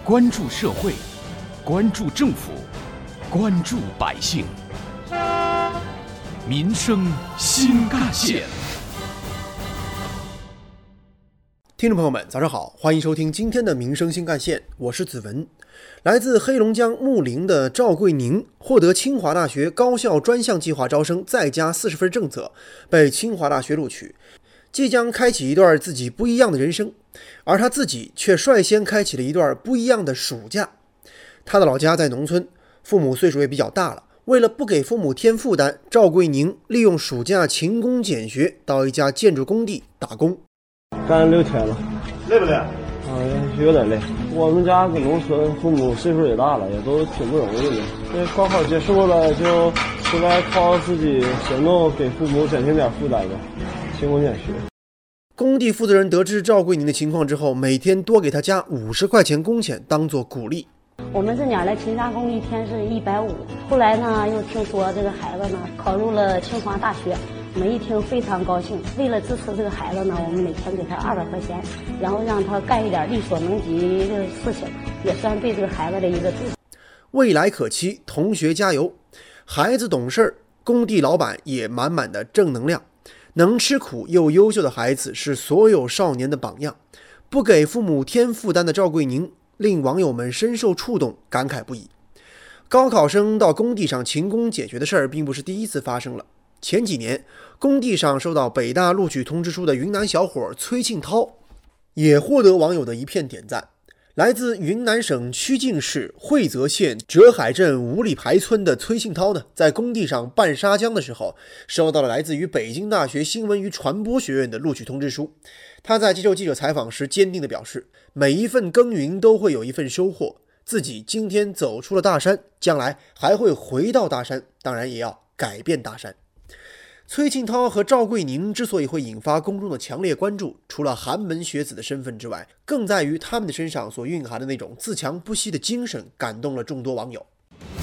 关注社会，关注政府，关注百姓，民生新干线。 听众朋友们，早上好，欢迎收听今天的民生新干线，我是子文。来自黑龙江木林的赵桂宁获得清华大学高校专项计划招生再加40分政策，被清华大学录取，即将开启一段自己不一样的人生。而他自己却率先开启了一段不一样的暑假。他的老家在农村，父母岁数也比较大了，为了不给父母添负担，赵桂宁利用暑假勤工俭学，到一家建筑工地打工。 干6天了， 累不累？ 有点累。我们家搁农村，父母岁数也大了，也都挺不容易的。这高考结束了，就出来靠自己行动，给父母减轻点负担吧，勤工俭学。 工地负责人得知赵桂宁的情况之后，每天多给他加50块钱工钱，当做鼓励。 我们这年来勤加工一天是150，后来呢又听说这个孩子呢考入了清华大学，我们一听非常高兴。为了支持这个孩子呢，我们每天给他200块钱，然后让他干一点力所能及的事情，也算对这个孩子的一个支持。 未来可期，同学加油！孩子懂事，工地老板也满满的正能量。能吃苦又优秀的孩子是所有少年的榜样。不给父母添负担的赵桂宁令网友们深受触动，感慨不已。高考生到工地上勤工俭学的事儿并不是第一次发生了。前几年，工地上收到北大录取通知书的云南小伙崔庆涛也获得网友的一片点赞。来自云南省曲靖市惠泽县哲海镇五里排村的崔庆涛呢，在工地上拌砂浆的时候，收到了来自于北京大学新闻与传播学院的录取通知书。他在接受记者采访时坚定地表示，每一份耕耘都会有一份收获，自己今天走出了大山，将来还会回到大山，当然也要改变大山。崔庆涛和赵桂宁之所以会引发公众的强烈关注，除了寒门学子的身份之外，更在于他们的身上所蕴含的那种自强不息的精神，感动了众多网友。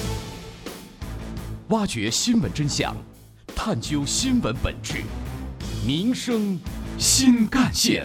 挖掘新闻真相，探究新闻本质，民生新干线。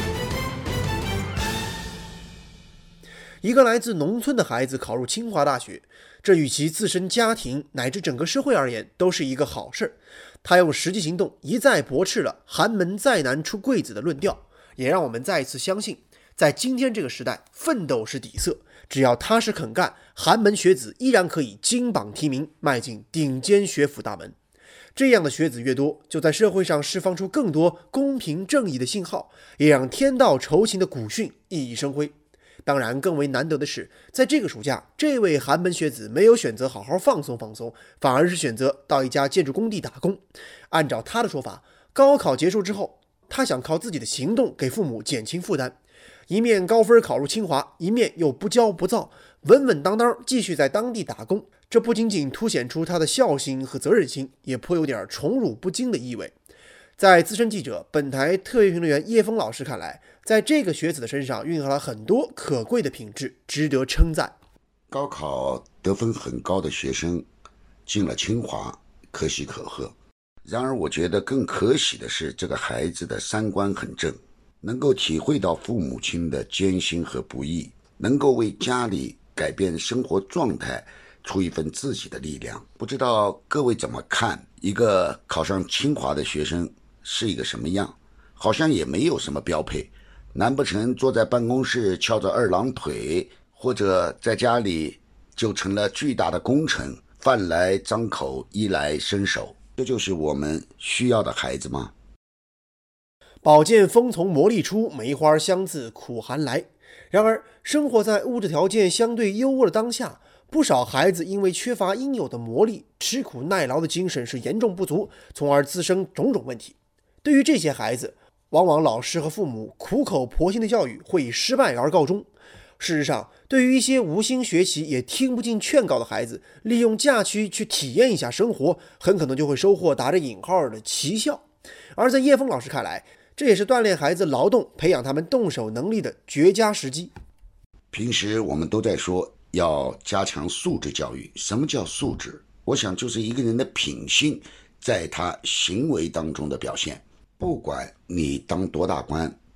一个来自农村的孩子考入清华大学，这与其自身家庭乃至整个社会而言都是一个好事。他用实际行动一再驳斥了寒门再难出贵子的论调，也让我们再一次相信，在今天这个时代，奋斗是底色，只要踏实肯干，寒门学子依然可以金榜题名，迈进顶尖学府大门。这样的学子越多，就在社会上释放出更多公平正义的信号，也让天道酬勤的古训熠熠生辉。当然，更为难得的是，在这个暑假，这位寒门学子没有选择好好放松放松，反而是选择到一家建筑工地打工。按照他的说法，高考结束之后，他想靠自己的行动给父母减轻负担，一面高分考入清华，一面又不骄不躁，稳稳当当继续在当地打工。这不仅仅凸显出他的孝心和责任心，也颇有点宠辱不惊的意味。在资深记者、本台特约评论员叶峰老师看来，在这个学子的身上蕴含了很多可贵的品质，值得称赞。 高考得分很高的学生进了清华，可喜可贺。然而我觉得更可喜的是，这个孩子的三观很正，能够体会到父母亲的艰辛和不易，能够为家里改变生活状态出一份自己的力量。不知道各位怎么看，一个考上清华的学生是一个什么样？好像也没有什么标配，难不成坐在办公室翘着二郎腿，或者在家里就成了巨大的工程，饭来张口，衣来伸手？这就是我们需要的孩子吗？ 宝剑锋从磨砺出，梅花香自苦寒来。然而，生活在物质条件相对优渥的当下，不少孩子因为缺乏应有的磨砺，吃苦耐劳的精神是严重不足，从而滋生种种问题。对于这些孩子，往往老师和父母苦口婆心的教育会以失败而告终。事实上，对于一些无心学习也听不进劝告的孩子，利用假期去体验一下生活，很可能就会收获打着引号的奇效。而在叶峰老师看来，这也是锻炼孩子劳动、培养他们动手能力的绝佳时机。 平时我们都在说要加强素质教育。什么叫素质？我想就是一个人的品性在他行为当中的表现。不管你当多大官，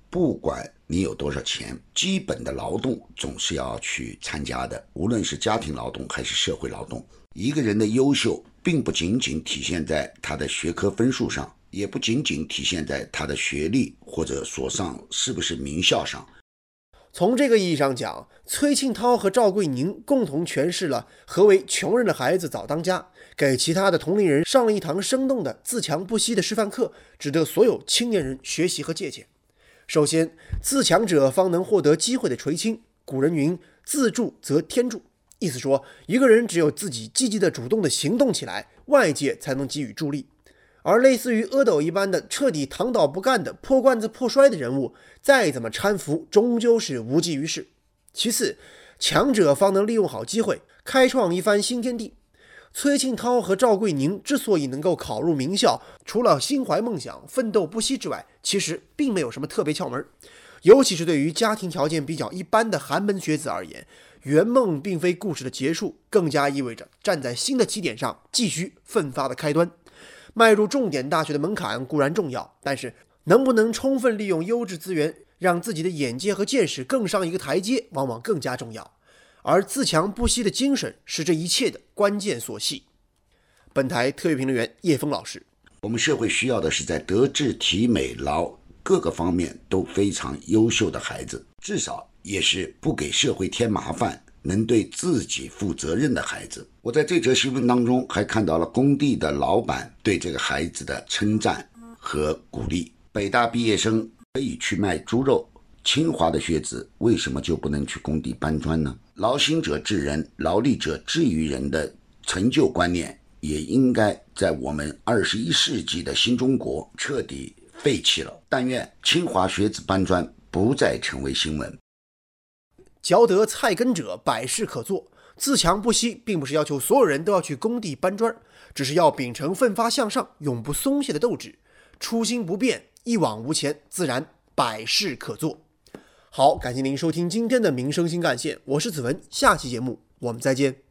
不管你有多少钱，基本的劳动总是要去参加的，无论是家庭劳动还是社会劳动。一个人的优秀并不仅仅体现在他的学科分数上，也不仅仅体现在他的学历或者所上是不是名校上。 从这个意义上讲，崔庆涛和赵桂宁共同诠释了何为穷人的孩子早当家，给其他的同龄人上了一堂生动的自强不息的示范课，值得所有青年人学习和借鉴。首先，自强者方能获得机会的垂青。古人云：自助则天助，意思说，一个人只有自己积极的主动的行动起来，外界才能给予助力。而类似于阿斗一般的彻底躺倒不干的破罐子破摔的人物，再怎么搀扶，终究是无济于事。其次，强者方能利用好机会，开创一番新天地。崔庆涛和赵桂宁之所以能够考入名校，除了心怀梦想、奋斗不息之外，其实并没有什么特别窍门。尤其是对于家庭条件比较一般的寒门学子而言，圆梦并非故事的结束，更加意味着站在新的起点上继续奋发的开端。迈入重点大学的门槛固然重要，但是能不能充分利用优质资源，让自己的眼界和见识更上一个台阶，往往更加重要。而自强不息的精神是这一切的关键所系。本台特约评论员叶峰老师， 我们社会需要的是在德智体美劳各个方面都非常优秀的孩子，至少也是不给社会添麻烦，能对自己负责任的孩子。我在这则新闻当中还看到了工地的老板对这个孩子的称赞和鼓励。北大毕业生可以去卖猪肉，清华的学子为什么就不能去工地搬砖呢？劳心者治人，劳力者治于人的成就观念也应该在我们21世纪的新中国彻底废弃了。但愿清华学子搬砖不再成为新闻。 嚼得菜根者百事可做，自强不息并不是要求所有人都要去工地搬砖，只是要秉承奋发向上、永不松懈的斗志，初心不变，一往无前，自然百事可做。好，感谢您收听今天的民生新干线，我是子文，下期节目我们再见。